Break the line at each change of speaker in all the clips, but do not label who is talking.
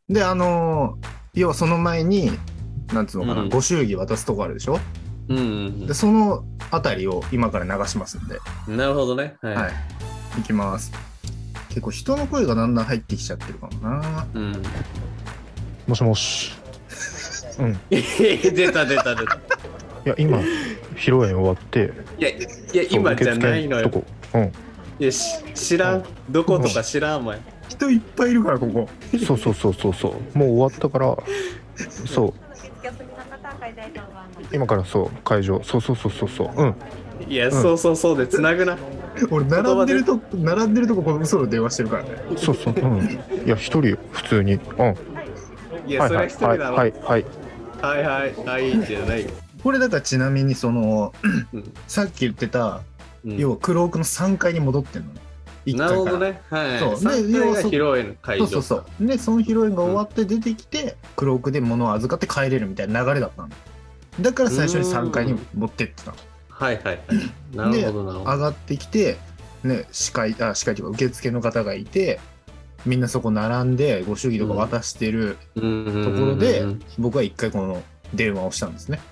で、要はその前に、なんつうのかな、
うん、
ご祝儀渡すとこあるでしょ。
うん、
で、そのあたりを今から流しますんで。
うん。なるほどね。はい。
はい。いきます。結構人の声がだんだん入ってきちゃってるかもな。
うん。
もしもし。うん。
出た。
いや、今、披露宴終わって、
いや、今じゃないのよ。
とこ。うん。
いや、知らん。どことか知らん、お前。
人いっぱいいるから、ここ。
そう。もう終わったから、そう。今からそう、会場。そう。うん。
いや、そうでつなぐな。
俺、並んでるとこ、この嘘の電話してるからね。
そう。うん。いや、一人よ、普通に。うん。
いや、それは一人だろ。
はい。
はいじゃないよ。
これだからちなみに
うん、
さっき言ってた、
うん、
要はクロークの3階に戻ってんのね。1
なる
階から。
ほどね。はい。
そう
3階が披露宴の会場。
そう。で、その披露宴が終わって出てきて、クロークで物を預かって帰れるみたいな流れだったの。だから最初に3階に持ってってたの。
はい。なるほど、なるほど。
上がってきて、ね、司会というか受付の方がいて、みんなそこ並んでご祝儀とか渡してるところで、僕は一回この電話をしたんですね。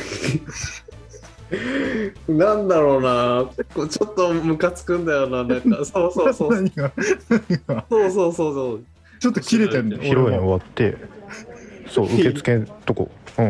なんだろうな、ちょっとムカつくんだよな、なんか、そう。
何が
そう。
ちょっと切れてんだよ。
披露宴終わって、そう、受付のとこ。うん。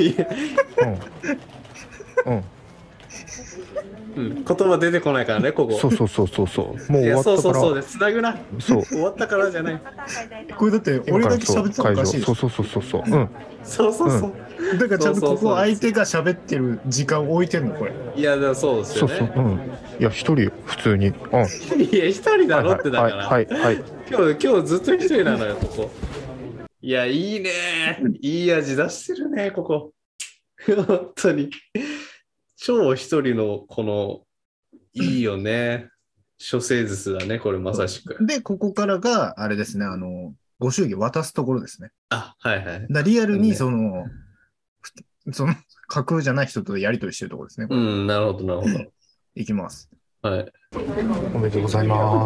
言葉出てこないからね、ここ。
そう。もう終わったから。
そうで、つなぐな。
そう。
終わったからじゃない。
これだって俺だけ喋ってたらおかしいでしょ。
そう。うん。
そう。
だからちゃんとここ相手が喋ってる時間を置いてんのこれ。
いや、でもそうですよね。
うん。いや、一人よ、普通に。うん。
いや、一人だろってだから。
はい。
今日ずっと一人なのよ、ここ。いや、いいね。いい味出してるね、ここ。本当に。超一人のこのいいよね。処世術だね、これまさしく。
で、ここからがあれですね、ご祝儀渡すところですね。
あ、はい。
リアルにその架空じゃない人とやり取りしてるところですね。
うん、なるほど。
いきます。
はい。
おめでとうございます。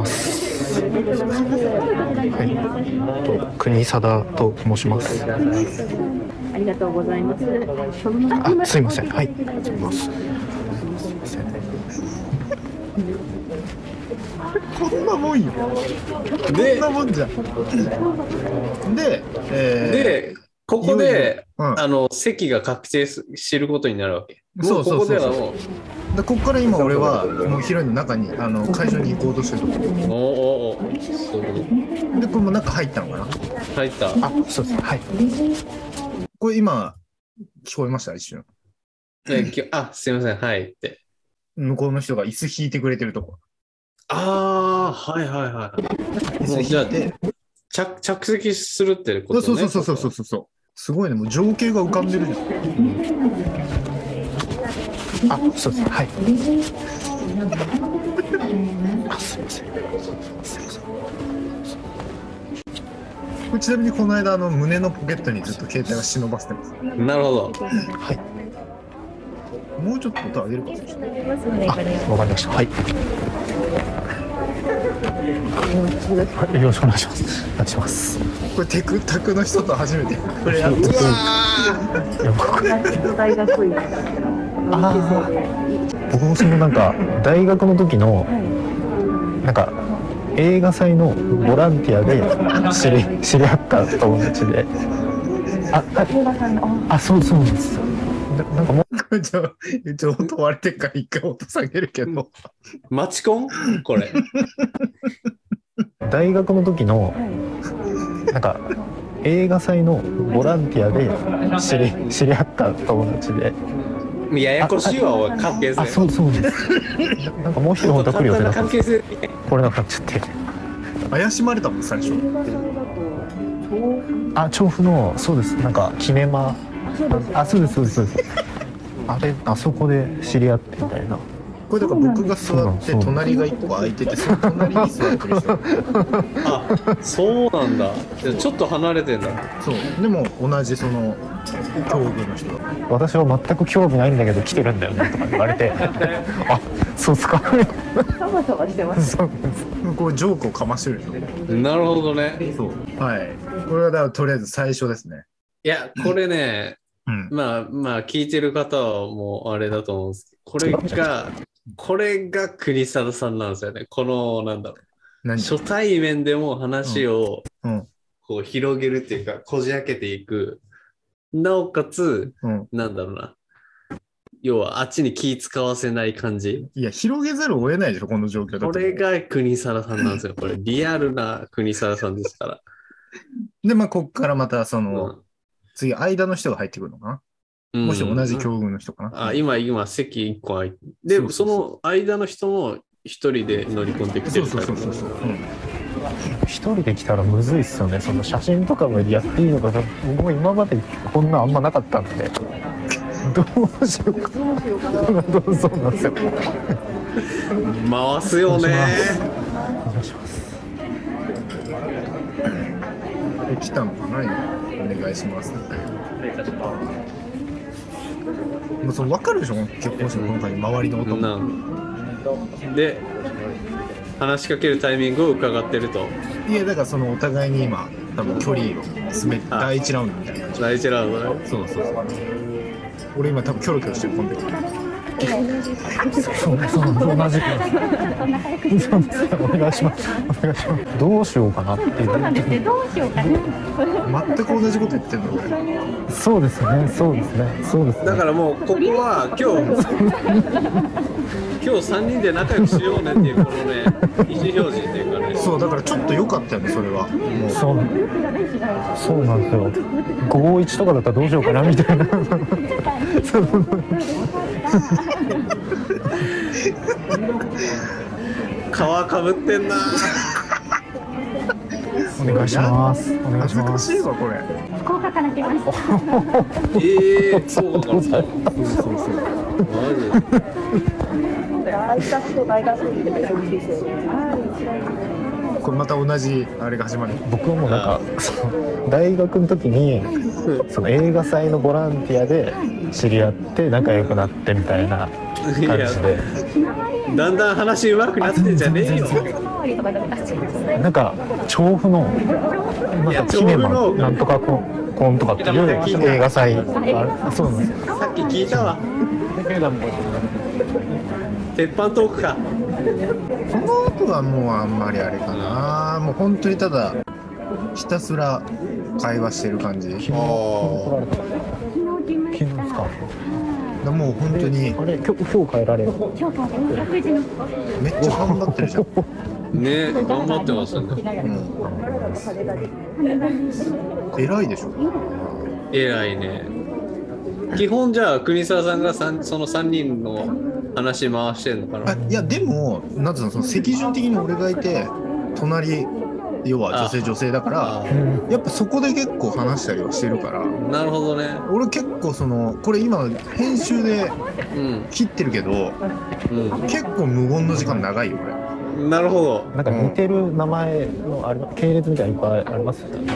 はい。国貞と申します。
ありがとうございます。
あ、すいません。はい。すいません。
こんなもんよ。こんなもんじゃん。
で、ここで、
うん、
席が確定してることになるわけ。
そう。
ここではもう。
でここから今俺はもう広いの中に会場に行こうとしてるところ。
そう。
でこれも中入ったのかな。
入った。
あ、そうですね。はい。
これ今聞こえました一瞬。
あ、すいません。はいって。
向こうの人が椅子引いてくれてるとこ。
ああ、はい。もうじゃあ着席するってことね。
そう。すごいね、もう情景が浮かんでるじゃん。
あ、そうですね。はい。あ、すいません。
これちなみにこの間胸のポケットにずっと携帯を忍ばせてます。
なるほど。
はい。
もうちょっと音上げるか。
あ、わかりました。はい。よろしくお願いします。お願いします。
これテクタクの人と初めて触れ合って。
大学院。
僕もそのなんか大学の時のなんか映画祭のボランティアで知り合った友達で。そうなんですよ。なんかもう
一応音割れてから一回音下げるけど。
マチコンこれ。
大学の時のなんか映画祭のボランティアで知り合った友達で。
ややこしいわ、関係性。
そうです。なんかもう一人本当は来る予定だったんですけど、来れなくなっちゃって。
怪しまれたもん最初。
調布のそうです。なんかキネマ。そうです。あそこで知り合ってみたいな。
これだから僕が座って隣が一個空いてて、その隣に座ってる人。
あ、そうなんだ。ちょっと離れてんだ。
そう。でも同じその競技の人だ。
私は全く興味ないんだけど来てるんだよねとか言われて、 そうっすか。
サバサバしてます。
そう
これジョークをかましてるでしょ。
なるほどね。
そう。はい。これはだからとりあえず最初ですね。
いや、これね、
うん。
まあ、聞いてる方はもうあれだと思うんですけど、これが国定さんなんですよね。この、なんだろう。
何？
初対面でも話を
うん。
こう広げるっていうか、こじ開けていく。なおかつ、
うん。
なんだろうな。要は、あっちに気使わせない感じ。
いや、広げざるを得ないでしょ、この状況だと。
これが国定さんなんですよ。これ、リアルな国定さんですから。
で、まあ、こっからまた、その、
うん
次、間の人が入ってくるのかな、もし同じ境遇の人かな、
今、席1個空いて。で、
そうそうそう
その間の人も一人で乗り込んできて
そう
るタイプ。
そうそうそう。うん
一人で来たらむずいっすよね。その写真とかもやっていいのか、もう今までこんなあんまなかったんで。どうしようか。そうなんですよ。
回すよね。
お願いします。
来たのかな、今。お願いします。もうその分かるでしょ、結婚式のこの感じ、周りの音も。
で、話しかけるタイミングを伺ってると。
いや、だからそのお互いに今、多分距離を詰めて、第一ラウンドみたいな感じ。
第一ラウンドね。
そうそうそう。俺今多分キョロキョロしてる、こんで。
そう同じく。そうです。お願いします。お願いします。どうしようかなっていう。
そうなんですね。どうしようかな。
全く同じこと言ってんの、俺。
そうですね。そうですね。そうですね。
だからもうここは今日3人で仲良くしようねっていうこのね意思表示っていうかね。
そう、だからちょっと良かったよね、それは。もう
そうなんですよ。5-1とかだったらどうしようかなみたいな。
皮かぶってんな。
お願いします。お願い
恥ずか
します。
しいわ、これ。
福岡から来ました。
そうかな。
そうそうそう。
マジ。
大学と大学院で同級生。
これまた同じあれが始まる。
僕はもうなんかその大学の時にその映画祭のボランティアで知り合って仲良くなってみたいな感じで、
だんだん話上手くなってんじゃねえよ。
なんか調布のなんかキネマンなんとかコンとかっていう映画祭がある。そうなんですよ。
さっき聞いたわ。鉄板トークか。
この後はもうあんまりあれかな。もう本当にただひたすら会話してる感じ。
昨日ですか。
もう本当に
あれ今日帰られる。
めっちゃ頑張ってるじゃん。
ね、頑張ってますね。
偉いでしょ。
偉いね。基本じゃあ国沢さんがその3人の話回してんのかな。
いやでもなんていうの、その席順的に俺がいて隣、要は女性だからやっぱそこで結構話したりはしてるから。
なるほどね。
俺結構そのこれ今編集で切ってるけど、結構無言の時間長いよこれ。
なるほど。
なんか似てる名前のあれ系列みたいなのいっぱいありますよね。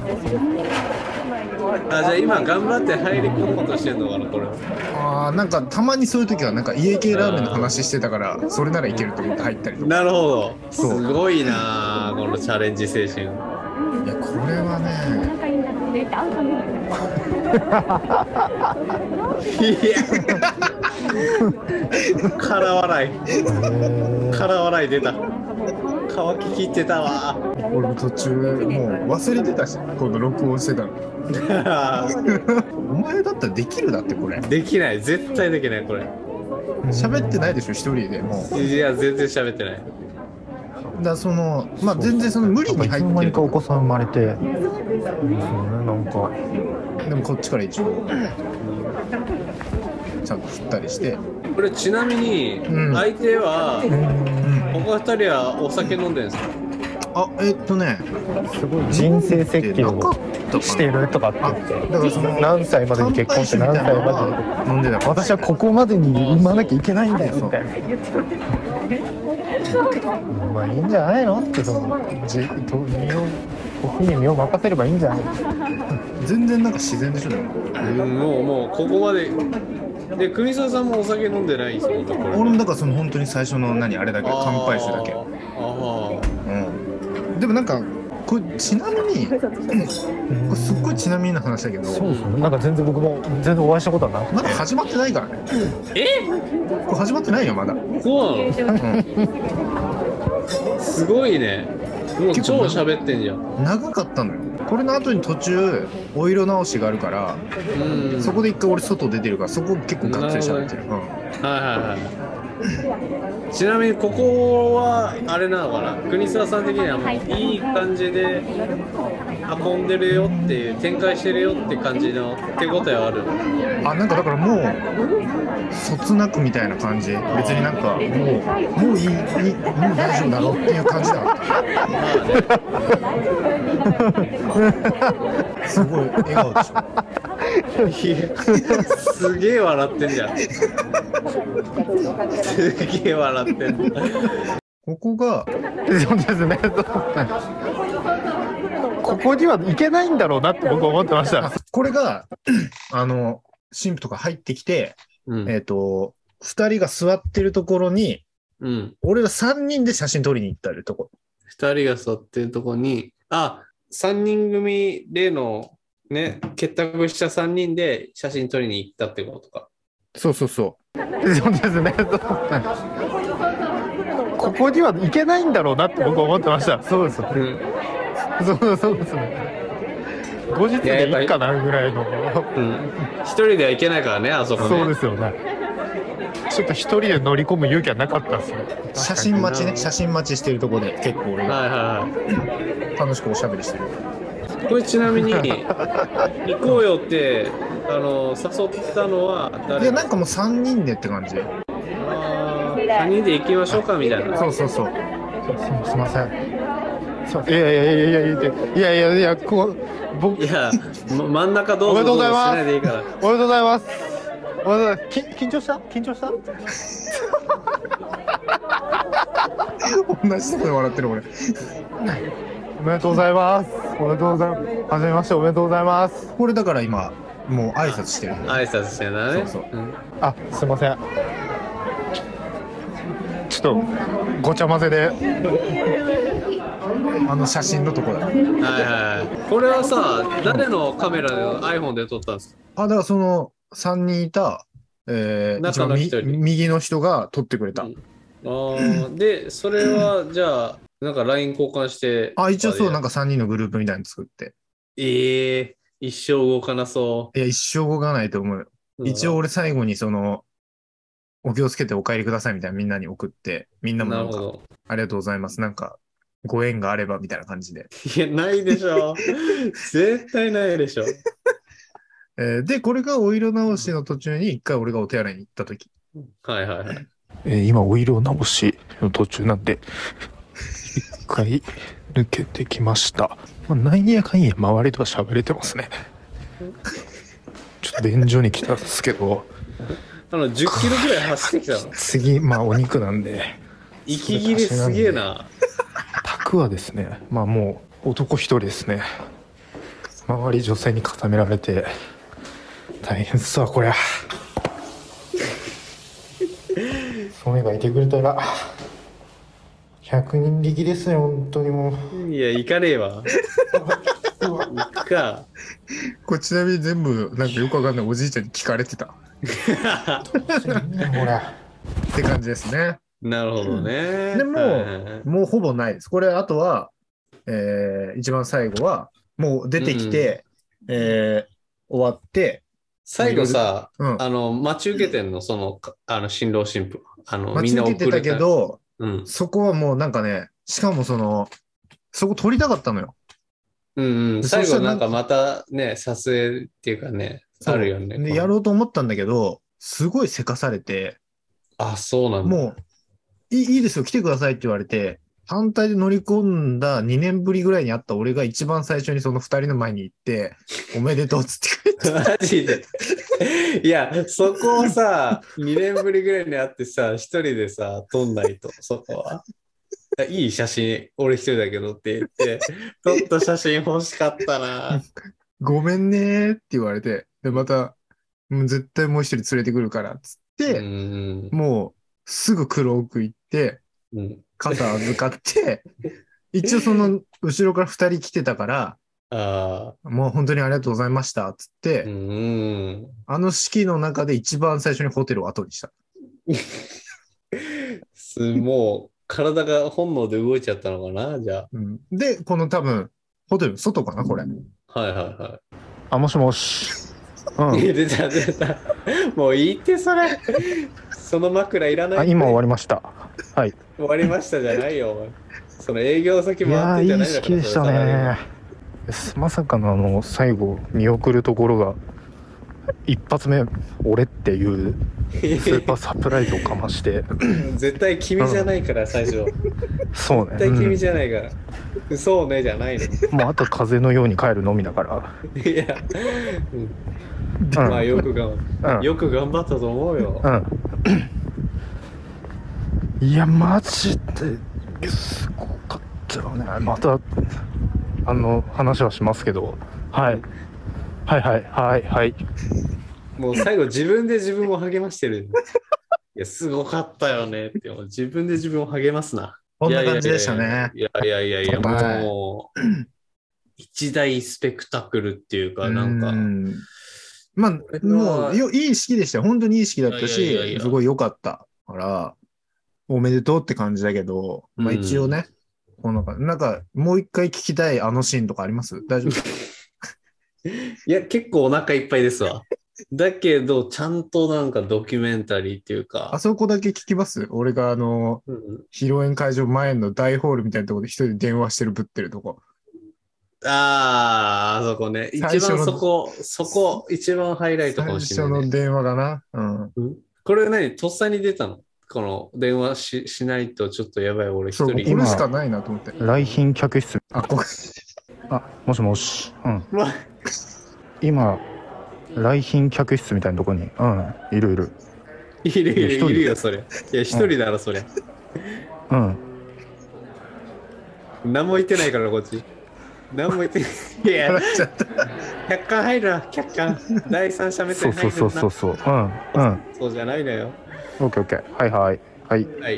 じゃあ今頑張って入り込もうとしてんのかなこれ。
なんかたまにそういう時はなんか家系ラーメンの話してたからそれならいけると思って入ったりとか。
なるほど。
そう
すごいなこのチャレンジ精神。
いやこれはね。
空笑い出た。乾ききってたわ。
俺も途中もう忘れてたし、この録音してたの。お前だったらできるだってこれ。
できない、絶対できないこれ。
喋ってないでしょ一人でもう。
いや全然喋ってない。
だそのまあ全然その無理に入ってる。いつの間に
かお子さん生まれて。なんか
でもこっちから一応ちゃんと振ったりして。
これちなみに相手は他2人はお酒飲んでるんですか。
す
ごい人生設計をしてるとかって言って、だからその何歳までに結婚して何歳までに飲んでた。私はここまでに産まなきゃいけないんだよみたいな。まあいいんじゃないのってその時に身を任せればいいんじゃない。
全然なんか自然でしょ。
もうここまでで、国沢さんもお酒飲んでないんですもんね、これ。
俺もだからその本当に最初のあれだけ乾杯しただけ。でもなんかこれちなみにこれすっごいちなみにな話だけど、
そうですね。なんか全然僕も全然お会いしたことはなくて。
まだ始まってないからね。これ始まってないよまだ。
そうなの？すごいね。もう超喋ってんじゃん。
長かったのよ。これの後に途中お色直しがあるから、そこで一回俺外出てるから、そこ結構がっつり喋ってる。
ちなみにここはあれなのかな、国沢さん的にはもういい感じで運んでるよっていう、展開してるよって感じの手応えはある。
あ、なんかだからもうそつなくみたいな感じ。別になんかもういいもう大丈夫だろうっていう感じだ。すごい笑顔でしょ。
すげえ笑ってんじゃん。すげえ笑ってんだ。
ここが
そうですね。ここには行けないんだろうなって僕は思ってました。
これが神父とか入ってきて、2人が座ってるところに、俺ら3人で写真撮りに行ったるとこ。
2人が座ってるとこに、3人組でのね、結託した3人で写真撮りに行ったってことか。
そうそうそう。
そうですね。ここには行けないんだろうなって僕は思ってました。そうです。そうですね。後日でいいかなぐらいの。
一人では行けないからね、あそこね。
そうですよね。ちょっと一人で乗り込む勇気はなかったですよ。
写真待ちしてるとこで結構俺が楽しくおしゃべりしてる。
これちなみに行こうよって誘ったのは誰？
いやなんかもう3人でって感じ。
3人で行きましょうかみたいな。
そう。
すみません。いや僕
真ん中どうぞどうぞしないでいいから。
おめでとうございます。緊張した？
同じとこで笑ってる俺。
おめでとうございます。はじめまして、おめでとうございます。
これだから今もう挨拶してる。
挨拶してるんだね。
そう。
あ、すいません。ちょっとごちゃ混ぜで。
写真のとこだ。
これはさ、誰のカメラで iPhone で撮ったんですか？
だからその3人いた、
中の1人
右の人が撮ってくれた。
で、それはじゃあなんか LINE 交換して。
一応そうなんか3人のグループみたいに作って。
一生動かなそう。
いや一生動かないと思うよ。一応俺最後にお気をつけてお帰りくださいみたいなみんなに送って、みんなもなんかありがとうございます。なんかご縁があればみたいな感じで。
いやないでしょ。絶対ないでしょ。
でこれがお色直しの途中に一回俺がお手洗いに行った時。
今お色直しの途中なんで一回抜けてきました。なんやかんや周りとは喋れてますね。ちょっと便所に来たんですけど、
10キロぐらい走ってきたの。
次お肉なんで
息切れすげえな。
卓はですね、もう男一人ですね。周り女性に固められて大変っすわこりゃ。ソメがいてくれたら100人力ですよ本当にもう。い
や行かねえわ。行くか。
これちなみに全部なんかよくわかんないおじいちゃんに聞かれてた。って感じですね。
なるほどね。
でもうほぼないです。これあとは、一番最後はもう出てきて、終わって
最後さ、待ち受けてんの新郎新婦。
待ち受けてたけど、そこはもうなんかね、しかもそこ撮りたかったのよ。
最後なんかまたね、撮影っていうかね、あるよね。
でやろうと思ったんだけど、すごいせかされて、
そうなんだ。
もういいですよ、来てくださいって言われて、反対で乗り込んだ2年ぶりぐらいに会った俺が一番最初にその2人の前に行って、おめでとうっつって帰って。
マジで。いや、そこをさ、2年ぶりぐらいに会ってさ、一人でさ、撮んないと、そこは。いい写真、俺一人だけどって言って、撮った写真欲しかったな。
ごめんねーって言われて、で、またもう絶対もう一人連れてくるからっつっ
う
て、
ん。
もうすぐ黒奥行って、
うん。
傘預かって、一応その後ろから二人来てたから、
ああ。
もう本当にありがとうございましたっつって、
うん。
あの式の中で一番最初にホテルを後にした。
もう、体が本能で動いちゃったのかな、じゃあ。
うん、で、この多分、ホテルの外かな、これ。
はいはいは
あ、もしもし。
い。出た出た。もういいってそれ。その枕いらないって。
今終わりました。はい。
終わりましたじゃないよ、お前。その営業先回ってんじゃないんだから。
いい式でしたね。まさかの最後見送るところが一発目俺っていうスーパーサプライズをかまして
絶対君じゃないから、最初。
そうね。
絶対君じゃないから。そうねじゃないの。
もうあと風のように帰るのみだから。
いや、まあよく頑張ったと思うよ。
いやマジですごかったよね。また話はしますけど、はい
もう最後自分で自分を励ましてる。いやすごかったよねって自分で自分を励ますな。
こんな感じでしたね。
いやもう一大スペクタクルっていうかなんか。
まあもういい式でしたよ。本当にいい式だったし、すごい良かったからおめでとうって感じだけど、まあ一応ね。なんか、もう一回聞きたいあのシーンとかあります？大丈夫？
いや、結構お腹いっぱいですわ。だけど、ちゃんとなんかドキュメンタリーっていうか。
あそこだけ聞きます？俺が披露宴会場前の大ホールみたいなところで一人で電話してるぶってるとこ。
あそこね。一番そこ、一番ハイライトかもしれない、ね。
最初の電話がな。
これ何？とっさに出たの？この電話しないとちょっとやばい俺一人。
これしかないなと思って。
来賓客室。もしもし。今来賓客室みたいなとこにいる
よそれ。いや一人だろそれ。何も言ってないからこっち。何も言ってない。いや客観入るな客観。第三者目線入るな。そうじゃないのよ。
オッケーはい。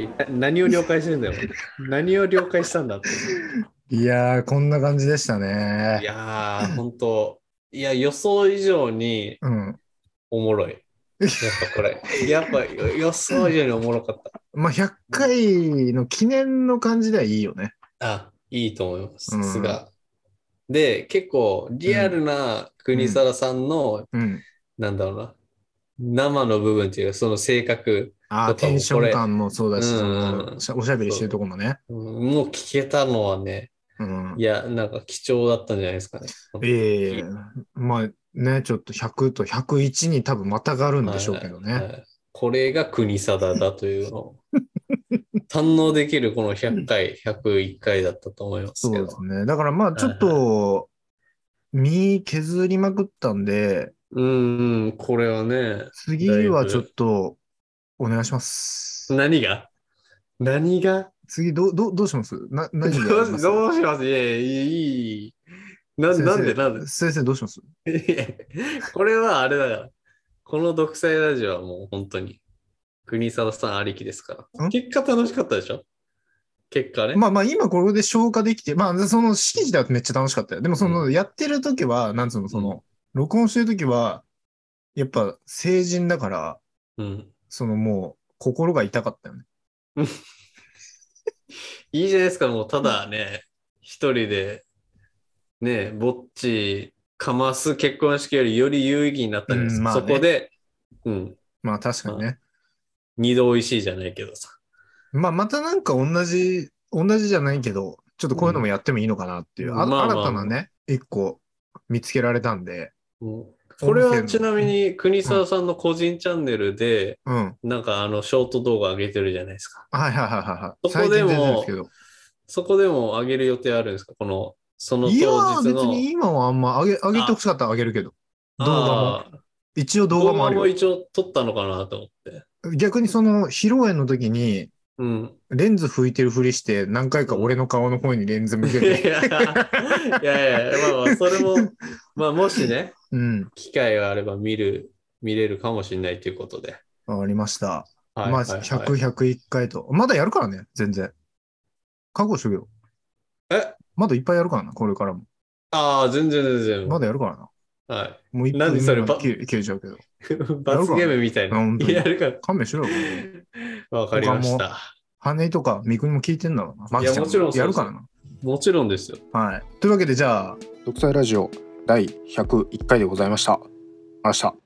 何を了解してるんだよ。何を了解したんだって。
いやーこんな感じでしたね。
いやー本当いや予想以上におもろい。やっぱこれ予想以上におもろかった。
まあ100回の記念の感じではいいよね。
いいと思います。さすが。で結構リアルな国定さんの、なんだろうな。生の部分っていうその性格とかも
テンション感もそうだし、おしゃべりしてるとこもね。
もう聞けたのはね、いや、なんか貴重だったんじゃないですかね。
まあね、ちょっと100と101に多分またがるんでしょうけどね。
これが国定だというのを堪能できるこの100回、101回だったと思いますけど。
そうですね。だからまあちょっと身削りまくったんで、
これはね。
次はちょっとお願いします。
何が
次どうします？何が
どうします？いやいい。なんで
先生どうします？
これはあれだから。この独裁ラジオはもう本当に国定さんありきですから。結果楽しかったでしょ？結果ね。
まあ今これで消化できて、まあその式自体はめっちゃ楽しかったよ。でもそのやってる時は、なんつうの、その、録音してる時は、やっぱ成人だから、そのもう心が痛かったよね。
いいじゃないですか、もうただね、一人で、ね、ぼっちかます結婚式より有意義になったんです、そこで、
まあ確かにね。
二度美味しいじゃないけどさ。
まあまたなんか同じじゃないけど、ちょっとこういうのもやってもいいのかなっていう、新たなね、一個見つけられたんで。
これはちなみに国沢さんの個人チャンネルで、なんかショート動画上げてるじゃないですか。そこでも上げる予定あるんですか？その当日の。
いや別に今はあんま上げてほしかったら上げるけど。動画も。一応動画もあるよ。
動画も一応撮ったのかなと思って。
逆にその披露宴の時に、レンズ拭いてるふりして何回か俺の顔の方にレンズ向けて。
いやそれも、まあもしね、機会があれば見る見れるかもしれないということで。
わかりました。まあ、
はいはいはい
100、101回と。まだやるからね、全然。覚悟しとけよ。まだいっぱいやるからな、これからも。
ああ、全然。
まだやるからな。
はい。
もう1分
何それ
切れちゃうけど。
罰ゲームみたいな。やるから。
勘弁しろよ。
わかりました。
羽とか三國も聞いてんだろうな。マ
キちゃんもちろん
やるからな。
もちろんですよ。
はい。というわけでじゃあ、
独裁ラジオ第101回でございました。ありがとうございました。